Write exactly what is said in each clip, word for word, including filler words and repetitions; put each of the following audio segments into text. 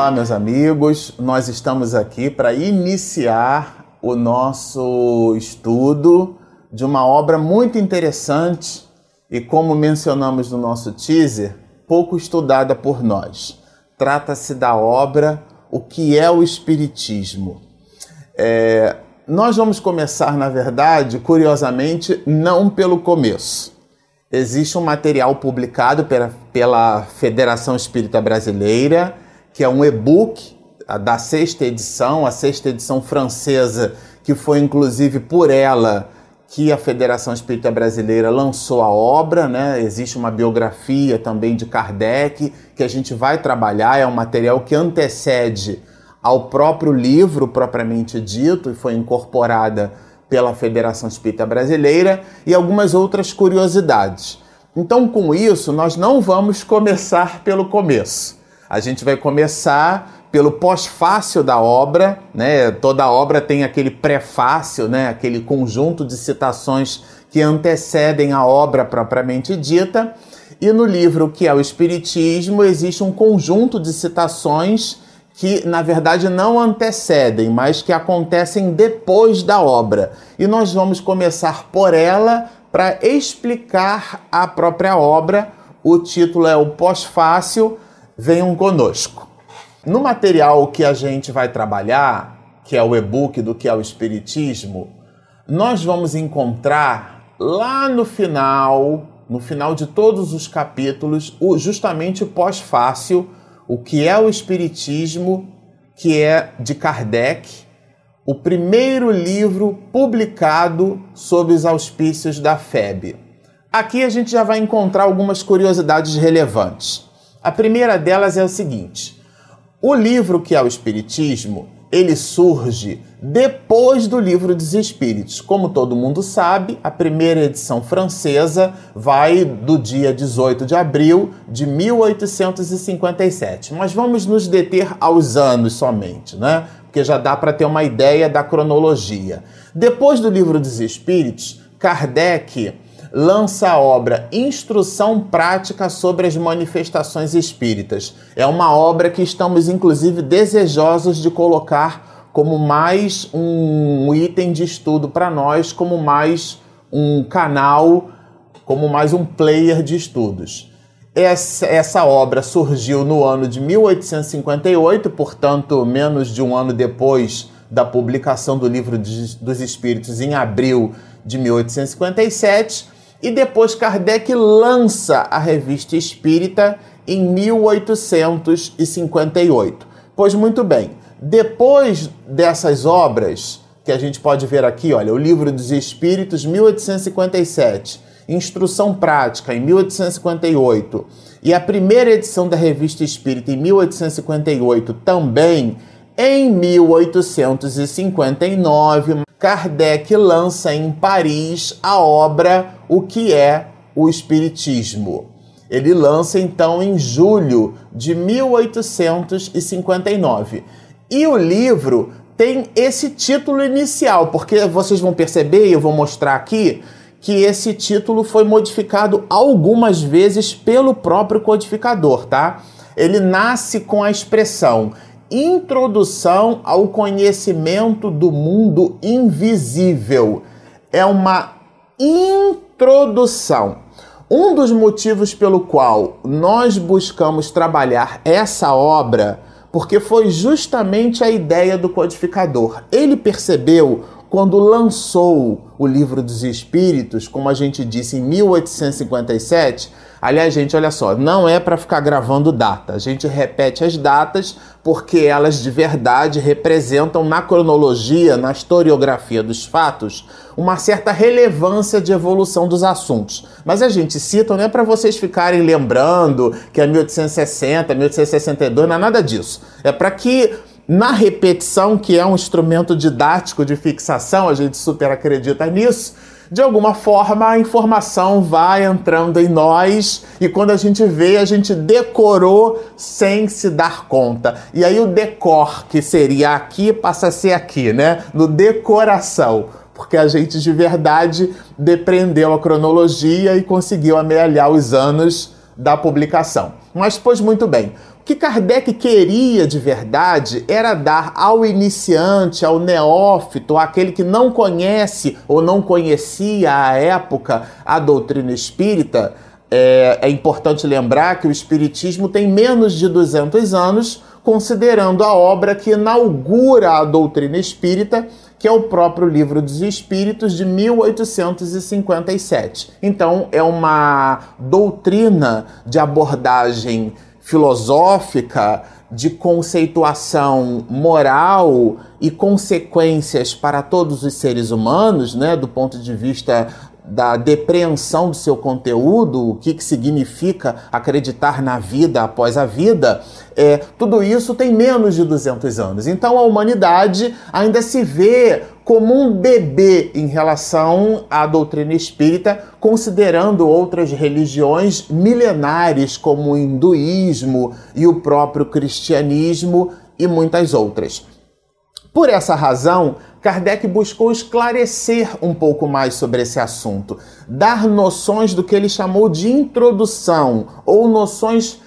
Olá, meus amigos, nós estamos aqui para iniciar o nosso estudo de uma obra muito interessante e, como mencionamos no nosso teaser, pouco estudada por nós. Trata-se da obra O que é o Espiritismo. É, nós vamos começar, na verdade, curiosamente, não pelo começo. Existe um material publicado pela, pela Federação Espírita Brasileira, que é um e-book da sexta edição, a sexta edição francesa, que foi inclusive por ela que a Federação Espírita Brasileira lançou a obra, né? Existe uma biografia também de Kardec, que a gente vai trabalhar, é um material que antecede ao próprio livro propriamente dito, e foi incorporada pela Federação Espírita Brasileira, e algumas outras curiosidades. Então, com isso, nós não vamos começar pelo começo. A gente vai começar pelo pós-fácio da obra, né? Toda a obra tem aquele prefácio, né? Aquele conjunto de citações que antecedem a obra propriamente dita. E no livro O que é o Espiritismo existe um conjunto de citações que, na verdade, não antecedem, mas que acontecem depois da obra. E nós vamos começar por ela para explicar a própria obra. O título é o Pós-Fácio. Venham conosco. No material que a gente vai trabalhar, que é o e-book do que é o Espiritismo, nós vamos encontrar lá no final, no final de todos os capítulos, o, justamente o pós-fácio, o que é o Espiritismo, que é de Kardec, o primeiro livro publicado sob os auspícios da F E B. Aqui a gente já vai encontrar algumas curiosidades relevantes. A primeira delas é o seguinte: o livro que é o Espiritismo, ele surge depois do Livro dos Espíritos. Como todo mundo sabe, a primeira edição francesa vai do dia dezoito de abril de mil oitocentos e cinquenta e sete. Mas vamos nos deter aos anos somente, né? Porque já dá para ter uma ideia da cronologia. Depois do Livro dos Espíritos, Kardec lança a obra Instrução Prática sobre as Manifestações Espíritas. É uma obra que estamos, inclusive, desejosos de colocar como mais um item de estudo para nós, como mais um canal, como mais um player de estudos. Essa, essa obra surgiu no ano de mil oitocentos e cinquenta e oito, portanto, menos de um ano depois da publicação do Livro dos Espíritos, em abril de mil oitocentos e cinquenta e sete, e depois Kardec lança a Revista Espírita em mil oitocentos e cinquenta e oito. Pois muito bem, depois dessas obras, que a gente pode ver aqui, olha, o Livro dos Espíritos, mil oitocentos e cinquenta e sete, Instrução Prática, em mil oitocentos e cinquenta e oito, e a primeira edição da Revista Espírita, em mil oitocentos e cinquenta e oito, também, em mil oitocentos e cinquenta e nove, Kardec lança em Paris a obra O que é o Espiritismo. Ele lança, então, em julho de mil oitocentos e cinquenta e nove. E o livro tem esse título inicial, porque vocês vão perceber, e eu vou mostrar aqui, que esse título foi modificado algumas vezes pelo próprio codificador, tá? Ele nasce com a expressão Introdução ao Conhecimento do Mundo Invisível. É uma introdução. Um dos motivos pelo qual nós buscamos trabalhar essa obra, porque foi justamente a ideia do codificador. Ele percebeu, quando lançou o Livro dos Espíritos, como a gente disse, em mil oitocentos e cinquenta e sete, aliás, gente, olha só, não é para ficar gravando data. A gente repete as datas porque elas de verdade representam na cronologia, na historiografia dos fatos, uma certa relevância de evolução dos assuntos. Mas a gente cita, não é para vocês ficarem lembrando que é mil oitocentos e sessenta, mil oitocentos e sessenta e dois, não é nada disso. É para que na repetição, que é um instrumento didático de fixação, a gente super acredita nisso, de alguma forma a informação vai entrando em nós e quando a gente vê, a gente decorou sem se dar conta. E aí o decor, que seria aqui, passa a ser aqui, né? No decoração. Porque a gente de verdade depreendeu a cronologia e conseguiu amealhar os anos da publicação. Mas, pois muito bem, o que Kardec queria de verdade era dar ao iniciante, ao neófito, àquele que não conhece ou não conhecia à época a doutrina espírita. É, é importante lembrar que o espiritismo tem menos de duzentos anos, considerando a obra que inaugura a doutrina espírita, que é o próprio Livro dos Espíritos, de mil oitocentos e cinquenta e sete. Então, é uma doutrina de abordagem filosófica, de conceituação moral e consequências para todos os seres humanos, né, do ponto de vista da depreensão do seu conteúdo, o que, que significa acreditar na vida após a vida, é, tudo isso tem menos de duzentos anos. Então a humanidade ainda se vê como um bebê em relação à doutrina espírita, considerando outras religiões milenares como o hinduísmo e o próprio cristianismo e muitas outras. Por essa razão, Kardec buscou esclarecer um pouco mais sobre esse assunto, dar noções do que ele chamou de introdução ou noções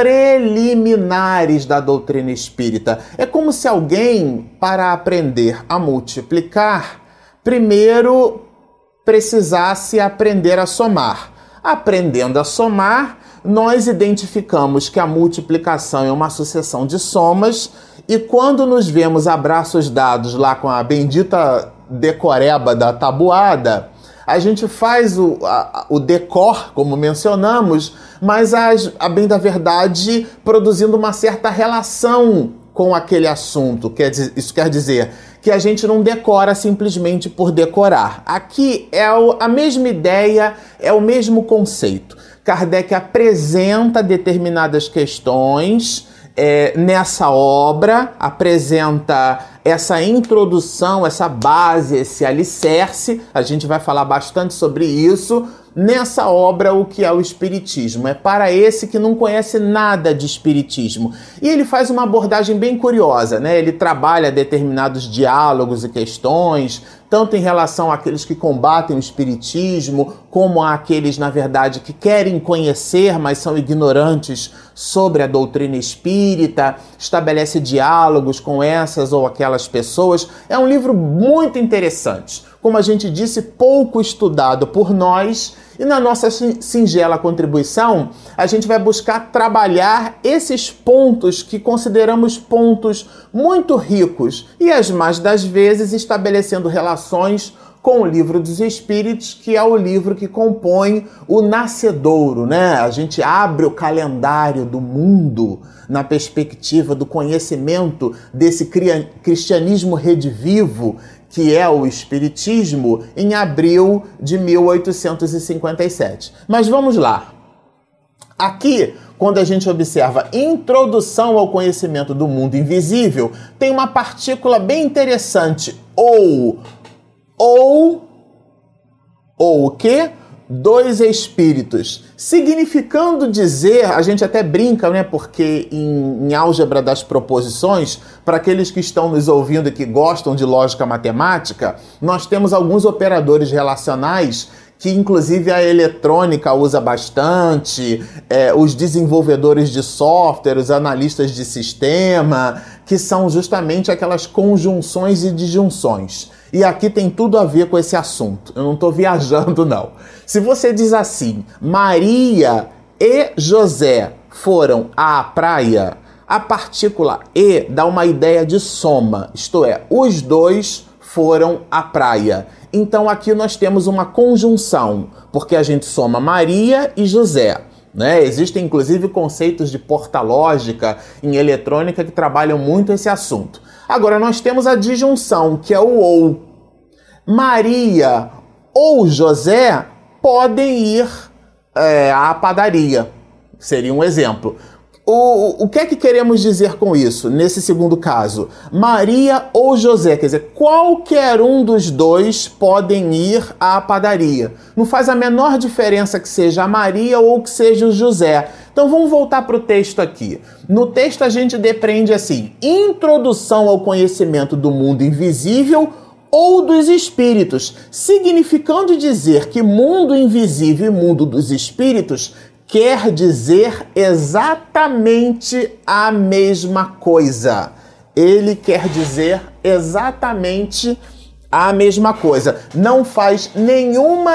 preliminares da doutrina espírita. É como se alguém, para aprender a multiplicar, primeiro precisasse aprender a somar. Aprendendo a somar, nós identificamos que a multiplicação é uma sucessão de somas, e quando nos vemos a braços dados lá com a bendita decoreba da tabuada, a gente faz o, a, o decor, como mencionamos, mas a, a bem da verdade produzindo uma certa relação com aquele assunto. Quer dizer, isso quer dizer que a gente não decora simplesmente por decorar. Aqui é o, a mesma ideia, é o mesmo conceito. Kardec apresenta determinadas questões É, nessa obra, apresenta essa introdução, essa base, esse alicerce. A gente vai falar bastante sobre isso nessa obra, O que é o Espiritismo. É para esse que não conhece nada de Espiritismo. E ele faz uma abordagem bem curiosa, né? Ele trabalha determinados diálogos e questões, tanto em relação àqueles que combatem o Espiritismo, como àqueles, na verdade, que querem conhecer, mas são ignorantes sobre a doutrina espírita, estabelece diálogos com essas ou aquelas pessoas. É um livro muito interessante. Como a gente disse, pouco estudado por nós, e na nossa singela contribuição, a gente vai buscar trabalhar esses pontos que consideramos pontos muito ricos e, as mais das vezes, estabelecendo relações com o Livro dos Espíritos, que é o livro que compõe o nascedouro, né? A gente abre o calendário do mundo na perspectiva do conhecimento desse cristianismo redivivo, que é o Espiritismo, em abril de mil oitocentos e cinquenta e sete. Mas vamos lá. Aqui, quando a gente observa Introdução ao Conhecimento do Mundo Invisível, tem uma partícula bem interessante. Ou, ou, ou o quê? Dois espíritos, significando dizer, a gente até brinca, né, porque em, em álgebra das proposições, para aqueles que estão nos ouvindo e que gostam de lógica matemática, nós temos alguns operadores relacionais que inclusive a eletrônica usa bastante, é, os desenvolvedores de software, os analistas de sistema, que são justamente aquelas conjunções e disjunções. E aqui tem tudo a ver com esse assunto. Eu não estou viajando, não. Se você diz assim, Maria e José foram à praia, a partícula e dá uma ideia de soma, isto é, os dois foram à praia. Então aqui nós temos uma conjunção, porque a gente soma Maria e José. Né? Existem inclusive conceitos de portalógica em eletrônica que trabalham muito esse assunto. Agora nós temos a disjunção, que é o ou. Maria ou José podem ir é, à padaria. Seria um exemplo. O, o que é que queremos dizer com isso, nesse segundo caso? Maria ou José, quer dizer, qualquer um dos dois podem ir à padaria. Não faz a menor diferença que seja a Maria ou que seja o José. Então vamos voltar para o texto aqui. No texto a gente depreende assim, Introdução ao Conhecimento do Mundo Invisível ou dos Espíritos, significando dizer que mundo invisível e mundo dos Espíritos quer dizer exatamente a mesma coisa. Ele quer dizer exatamente a mesma coisa. Não faz nenhuma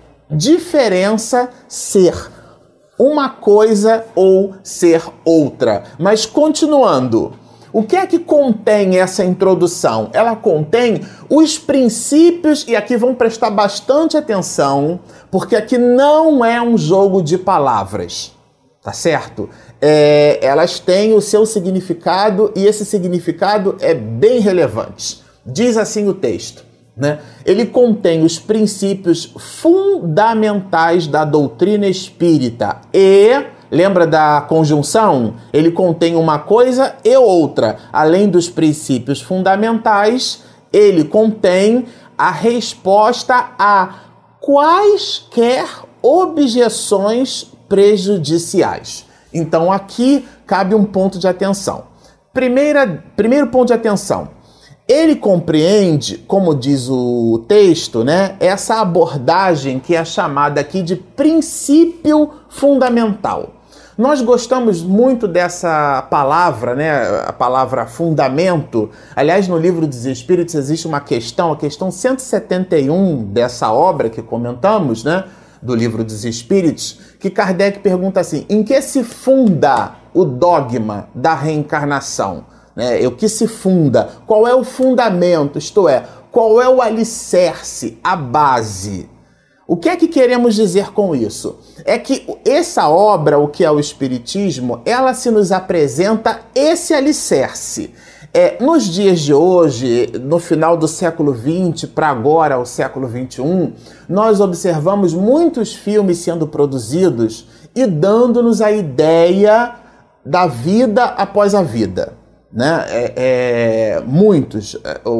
diferença ser uma coisa ou ser outra. Mas continuando, o que é que contém essa introdução? Ela contém os princípios, e aqui vão prestar bastante atenção, porque aqui não é um jogo de palavras, tá certo? É, elas têm o seu significado, e esse significado é bem relevante. Diz assim o texto, né? Ele contém os princípios fundamentais da doutrina espírita e... Lembra da conjunção? Ele contém uma coisa e outra. Além dos princípios fundamentais, ele contém a resposta a quaisquer objeções prejudiciais. Então aqui cabe um ponto de atenção. Primeira, primeiro ponto de atenção. Ele compreende, como diz o texto, né, essa abordagem que é chamada aqui de princípio fundamental. Nós gostamos muito dessa palavra, né? A palavra fundamento. Aliás, no Livro dos Espíritos existe uma questão, a questão cento e setenta e um dessa obra que comentamos, né? Do Livro dos Espíritos, que Kardec pergunta assim: em que se funda o dogma da reencarnação? Né? O que se funda? Qual é o fundamento? Isto é, qual é o alicerce, a base? O que é que queremos dizer com isso? É que essa obra, o que é o Espiritismo, ela se nos apresenta esse alicerce. É, nos dias de hoje, no final do século vinte para agora, o século vinte e um, nós observamos muitos filmes sendo produzidos e dando-nos a ideia da vida após a vida. Né? É, é, muitos,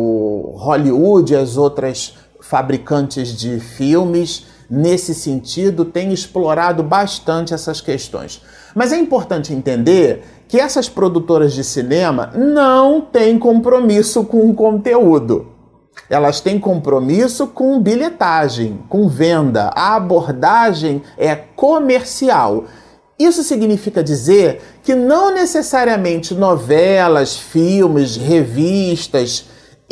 o Hollywood e as outras fabricantes de filmes, nesse sentido, têm explorado bastante essas questões. Mas é importante entender que essas produtoras de cinema não têm compromisso com o conteúdo. Elas têm compromisso com bilhetagem, com venda. A abordagem é comercial. Isso significa dizer que não necessariamente novelas, filmes, revistas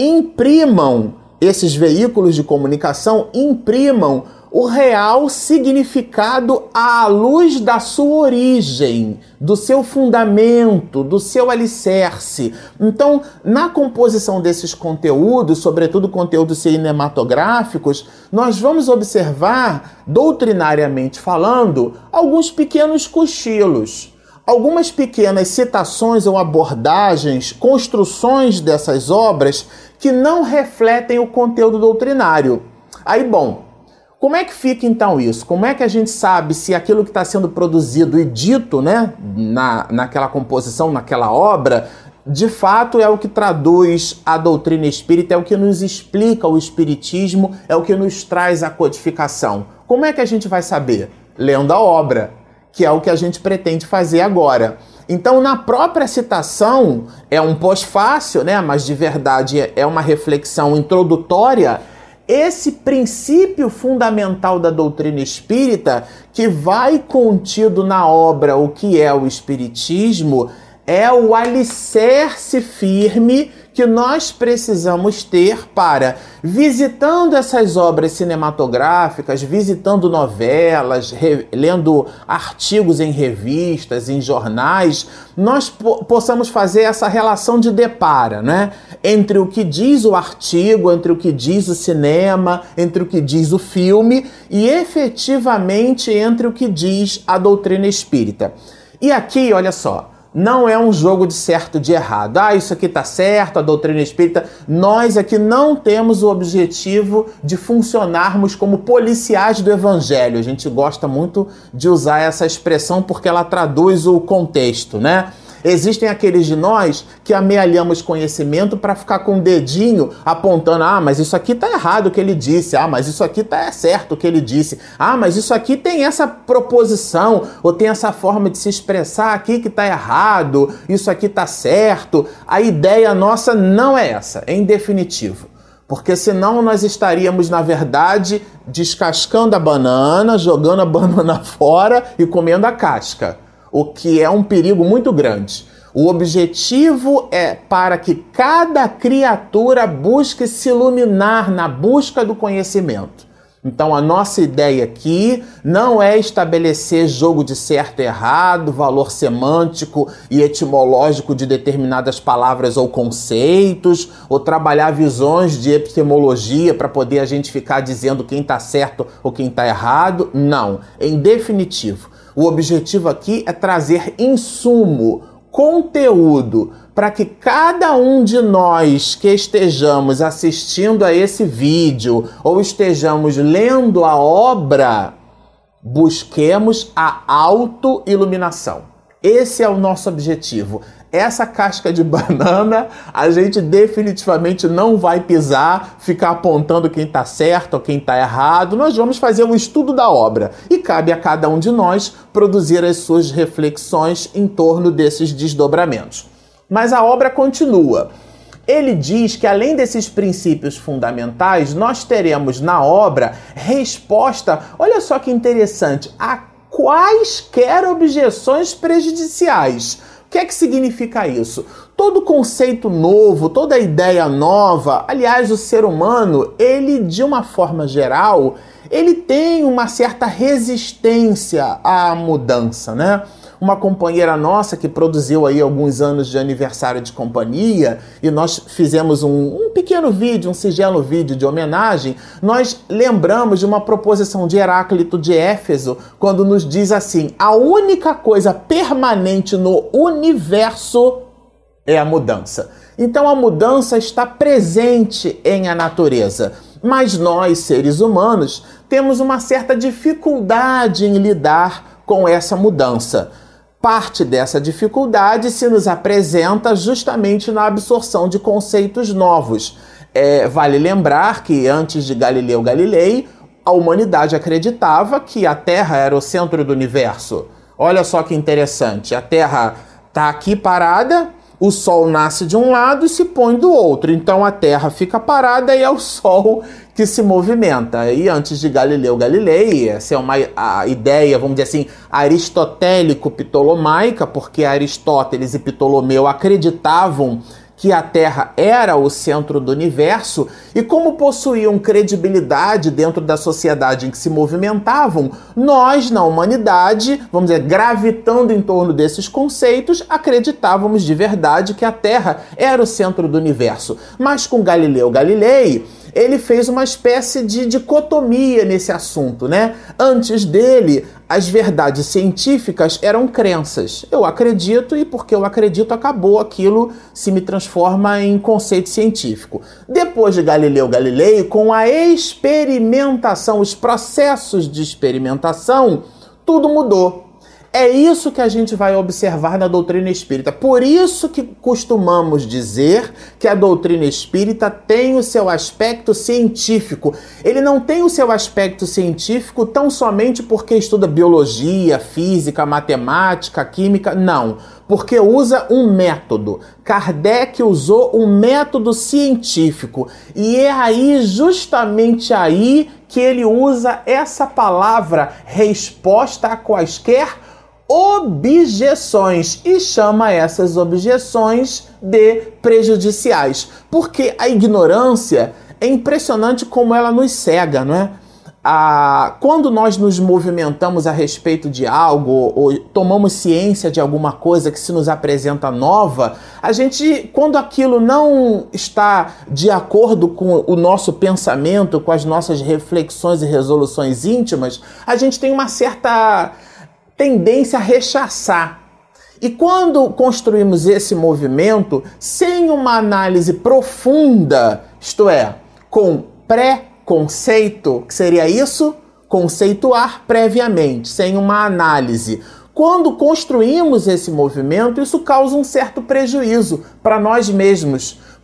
imprimam, esses veículos de comunicação imprimam o real significado à luz da sua origem, do seu fundamento, do seu alicerce. Então, na composição desses conteúdos, sobretudo conteúdos cinematográficos, nós vamos observar, doutrinariamente falando, alguns pequenos cochilos, algumas pequenas citações ou abordagens, construções dessas obras que não refletem o conteúdo doutrinário. Aí, bom, como é que fica então isso? Como é que a gente sabe se aquilo que está sendo produzido e dito, né, na, naquela composição, naquela obra, de fato é o que traduz a doutrina espírita, é o que nos explica o espiritismo, é o que nos traz a codificação? Como é que a gente vai saber? Lendo a obra, que é o que a gente pretende fazer agora. Então, na própria citação, é um pós-fácil, né? Mas de verdade é uma reflexão introdutória. Esse princípio fundamental da doutrina espírita, que vai contido na obra O que é o Espiritismo, é o alicerce firme que nós precisamos ter para, visitando essas obras cinematográficas, visitando novelas, re, lendo artigos em revistas, em jornais, nós po- possamos fazer essa relação de depara, né? Entre o que diz o artigo, entre o que diz o cinema, entre o que diz o filme e efetivamente entre o que diz a doutrina espírita. E aqui, olha só, não é um jogo de certo e de errado. Ah, isso aqui tá certo, a doutrina espírita. Nós aqui não temos o objetivo de funcionarmos como policiais do evangelho. A gente gosta muito de usar essa expressão porque ela traduz o contexto, né? Existem aqueles de nós que amealhamos conhecimento para ficar com o dedinho apontando: ah, mas isso aqui tá errado o que ele disse, ah, mas isso aqui tá certo o que ele disse, ah, mas isso aqui tem essa proposição ou tem essa forma de se expressar aqui que tá errado, isso aqui tá certo. A ideia nossa não é essa, em definitivo. Porque senão nós estaríamos, na verdade, descascando a banana, jogando a banana fora e comendo a casca, o que é um perigo muito grande. O objetivo é para que cada criatura busque se iluminar na busca do conhecimento. Então a nossa ideia aqui não é estabelecer jogo de certo e errado, valor semântico e etimológico de determinadas palavras ou conceitos, ou trabalhar visões de epistemologia para poder a gente ficar dizendo quem está certo ou quem está errado. Não, em definitivo, o objetivo aqui é trazer insumo, conteúdo, para que cada um de nós que estejamos assistindo a esse vídeo ou estejamos lendo a obra, busquemos a autoiluminação. Esse é o nosso objetivo. Essa casca de banana a gente definitivamente não vai pisar, ficar apontando quem está certo ou quem está errado. Nós vamos fazer um estudo da obra e cabe a cada um de nós produzir as suas reflexões em torno desses desdobramentos. Mas a obra continua. Ele diz que além desses princípios fundamentais, nós teremos na obra resposta, olha só que interessante, a quaisquer objeções prejudiciais. O que é que significa isso? Todo conceito novo, toda ideia nova, aliás, o ser humano, ele, de uma forma geral, ele tem uma certa resistência à mudança, né? Uma companheira nossa que produziu aí alguns anos de aniversário de companhia e nós fizemos um, um pequeno vídeo, um singelo vídeo de homenagem, nós lembramos de uma proposição de Heráclito de Éfeso, quando nos diz assim: a única coisa permanente no universo é a mudança. Então a mudança está presente em a natureza, mas nós, seres humanos, temos uma certa dificuldade em lidar com essa mudança. Parte dessa dificuldade se nos apresenta justamente na absorção de conceitos novos. É, vale lembrar que antes de Galileu Galilei, a humanidade acreditava que a Terra era o centro do universo. Olha só que interessante, a Terra está aqui parada, o Sol nasce de um lado e se põe do outro. Então a Terra fica parada e é o Sol que se movimenta. E antes de Galileu Galilei, essa é uma a ideia, vamos dizer assim, aristotélico-ptolomaica, porque Aristóteles e Ptolomeu acreditavam que a Terra era o centro do universo, e como possuíam credibilidade dentro da sociedade em que se movimentavam, nós, na humanidade, vamos dizer, gravitando em torno desses conceitos, acreditávamos de verdade que a Terra era o centro do universo. Mas com Galileu Galilei, ele fez uma espécie de dicotomia nesse assunto, né? Antes dele, as verdades científicas eram crenças. Eu acredito e porque eu acredito acabou, aquilo se me transforma em conceito científico. Depois de Galileu Galilei, com a experimentação, os processos de experimentação, tudo mudou. É isso que a gente vai observar na doutrina espírita. Por isso que costumamos dizer que a doutrina espírita tem o seu aspecto científico. Ele não tem o seu aspecto científico tão somente porque estuda biologia, física, matemática, química. Não, porque usa um método. Kardec usou um método científico. E é aí, justamente aí, que ele usa essa palavra resposta a quaisquer objeções e chama essas objeções de prejudiciais. Porque a ignorância é impressionante como ela nos cega, não é? Ah, quando nós nos movimentamos a respeito de algo ou tomamos ciência de alguma coisa que se nos apresenta nova, a gente, quando aquilo não está de acordo com o nosso pensamento, com as nossas reflexões e resoluções íntimas, a gente tem uma certa tendência a rechaçar. E quando construímos esse movimento sem uma análise profunda, isto é, com pré-conceito, que seria isso? Conceituar previamente, sem uma análise. Quando construímos esse movimento, isso causa um certo prejuízo para nós mesmos,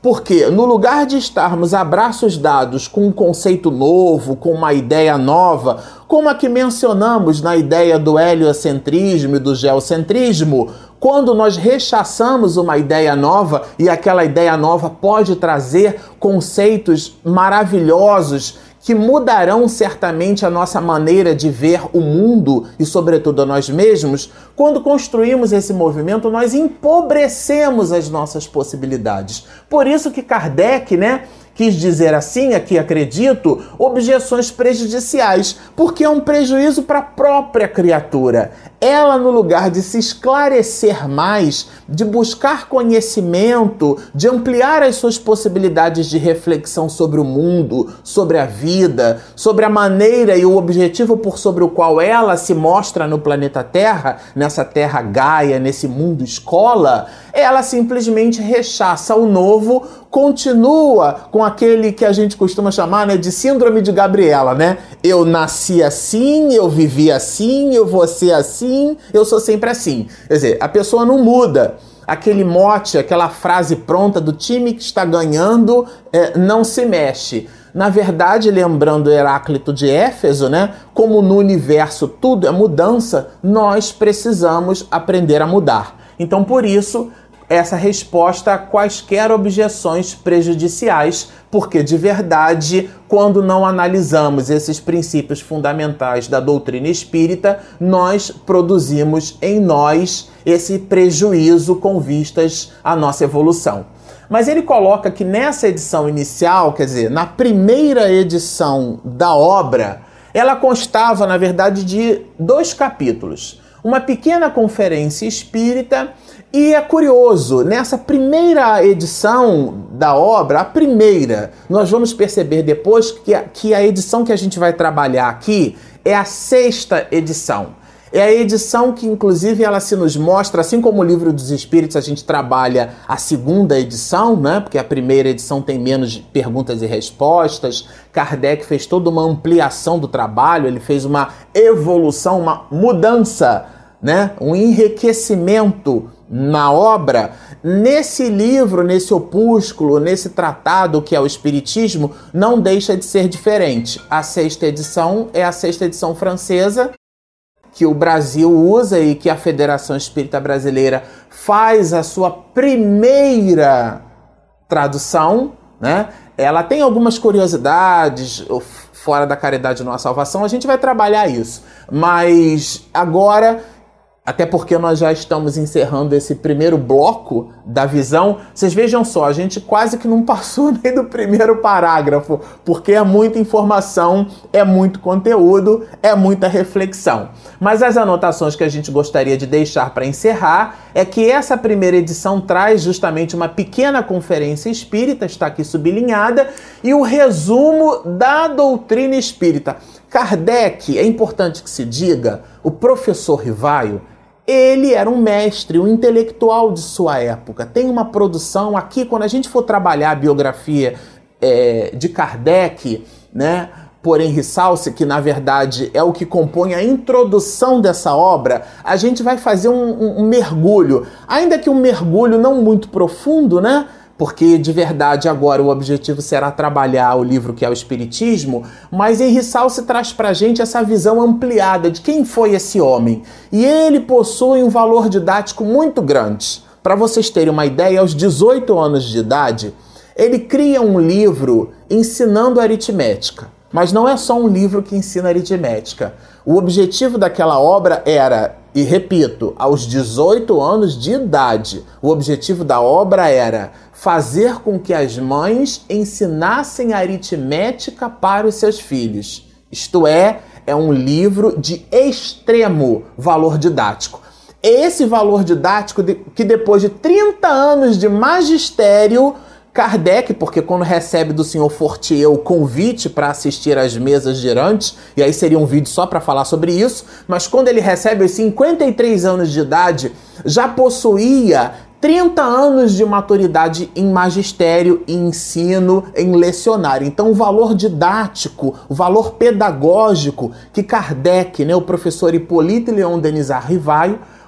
Porque no lugar de estarmos abraços dados com um conceito novo, com uma ideia nova, como a que mencionamos na ideia do heliocentrismo e do geocentrismo, quando nós rechaçamos uma ideia nova e aquela ideia nova pode trazer conceitos maravilhosos que mudarão certamente a nossa maneira de ver o mundo e, sobretudo, a nós mesmos, quando construímos esse movimento, nós empobrecemos as nossas possibilidades. Por isso que Kardec, né, quis dizer assim, aqui acredito, objeções prejudiciais, porque é um prejuízo para a própria criatura. Ela, no lugar de se esclarecer mais, de buscar conhecimento, de ampliar as suas possibilidades de reflexão sobre o mundo, sobre a vida, sobre a maneira e o objetivo por sobre o qual ela se mostra no planeta Terra, nessa Terra Gaia, nesse mundo escola, ela simplesmente rechaça o novo, continua com aquele que a gente costuma chamar, né, de síndrome de Gabriela, né? Eu nasci assim, eu vivi assim, eu vou ser assim, eu sou sempre assim. Quer dizer, a pessoa não muda. Aquele mote, aquela frase pronta do time que está ganhando é, não se mexe. Na verdade, lembrando Heráclito de Éfeso, né, como no universo tudo é mudança, nós precisamos aprender a mudar. Então, por isso, essa resposta a quaisquer objeções prejudiciais, porque de verdade, quando não analisamos esses princípios fundamentais da doutrina espírita, nós produzimos em nós esse prejuízo com vistas à nossa evolução. Mas ele coloca que nessa edição inicial, quer dizer, na primeira edição da obra, ela constava, na verdade, de dois capítulos. Uma pequena conferência espírita. E é curioso, nessa primeira edição da obra, a primeira, nós vamos perceber depois que a, que a edição que a gente vai trabalhar aqui é a sexta edição. É a edição que, inclusive, ela se nos mostra, assim como o Livro dos Espíritos, a gente trabalha a segunda edição, né? Porque a primeira edição tem menos perguntas e respostas. Kardec fez toda uma ampliação do trabalho, ele fez uma evolução, uma mudança, né? Um enriquecimento na obra. Nesse livro, nesse opúsculo, nesse tratado que é o Espiritismo, não deixa de ser diferente. A sexta edição é a sexta edição francesa, que o Brasil usa e que a Federação Espírita Brasileira faz a sua primeira tradução, né? Ela tem algumas curiosidades, fora da caridade não há salvação, a gente vai trabalhar isso. Mas agora, até porque nós já estamos encerrando esse primeiro bloco da visão, vocês vejam só, a gente quase que não passou nem do primeiro parágrafo, porque é muita informação, é muito conteúdo, é muita reflexão. Mas as anotações que a gente gostaria de deixar para encerrar é que essa primeira edição traz justamente uma pequena conferência espírita, está aqui sublinhada, e o resumo da doutrina espírita. Kardec, é importante que se diga, o professor Rivaio, ele era um mestre, um intelectual de sua época. Tem uma produção aqui, quando a gente for trabalhar a biografia é, de Kardec, né, por Henri Salce, que na verdade é o que compõe a introdução dessa obra, a gente vai fazer um, um, um mergulho, ainda que um mergulho não muito profundo, né? Porque de verdade agora o objetivo será trabalhar o livro que é o Espiritismo, mas Henri Salce traz pra gente essa visão ampliada de quem foi esse homem. E ele possui um valor didático muito grande. Para vocês terem uma ideia, aos dezoito anos de idade, ele cria um livro ensinando aritmética. Mas não é só um livro que ensina aritmética. O objetivo daquela obra era, e repito, aos dezoito anos de idade, o objetivo da obra era fazer com que as mães ensinassem aritmética para os seus filhos. Isto é, é um livro de extremo valor didático. Esse valor didático de, que depois de trinta anos de magistério, Kardec, porque quando recebe do senhor Fortier o convite para assistir às mesas girantes, e aí seria um vídeo só para falar sobre isso, mas quando ele recebe aos cinquenta e três anos de idade, já possuía trinta anos de maturidade em magistério, em ensino, em lecionário. Então o valor didático, o valor pedagógico que Kardec, né, o professor Hipólito Léon Denisard Rivaio,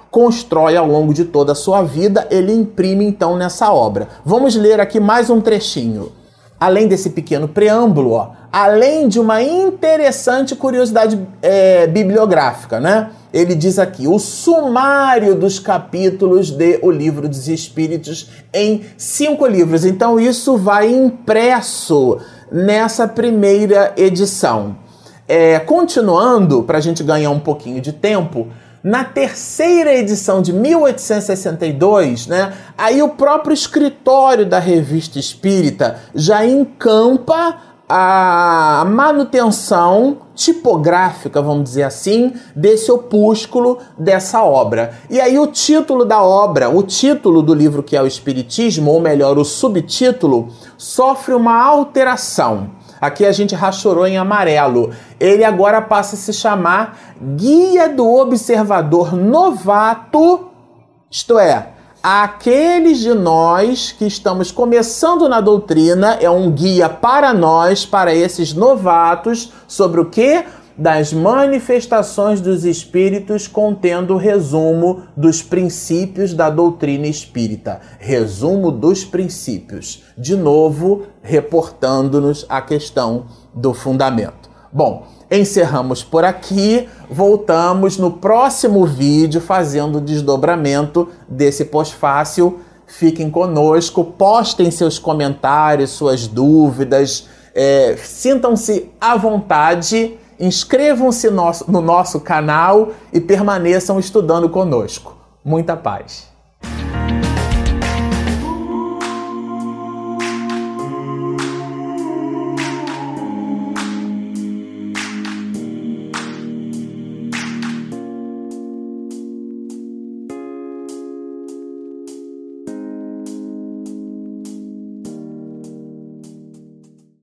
constrói ao longo de toda a sua vida, ele imprime então nessa obra. Vamos ler aqui mais um trechinho. Além desse pequeno preâmbulo, ó, além de uma interessante curiosidade é, bibliográfica, né? Ele diz aqui, o sumário dos capítulos de O Livro dos Espíritos em cinco livros. Então isso vai impresso nessa primeira edição. É, continuando, para a gente ganhar um pouquinho de tempo, na terceira edição de mil oitocentos e sessenta e dois, né, aí o próprio escritório da Revista Espírita já encampa a manutenção tipográfica, vamos dizer assim, desse opúsculo, dessa obra. E aí o título da obra, o título do livro que é o Espiritismo, ou melhor, o subtítulo, sofre uma alteração. Aqui a gente rachorou em amarelo. Ele agora passa a se chamar Guia do Observador Novato, isto é, aqueles de nós que estamos começando na doutrina, é um guia para nós, para esses novatos, sobre o quê? Das manifestações dos espíritos, contendo o resumo dos princípios da doutrina espírita. Resumo dos princípios. De novo, reportando-nos a questão do fundamento. Bom, encerramos por aqui. Voltamos no próximo vídeo fazendo o desdobramento desse pós-fácil. Fiquem conosco, postem seus comentários, suas dúvidas, é, sintam-se à vontade. Inscrevam-se no nosso canal e permaneçam estudando conosco. Muita paz!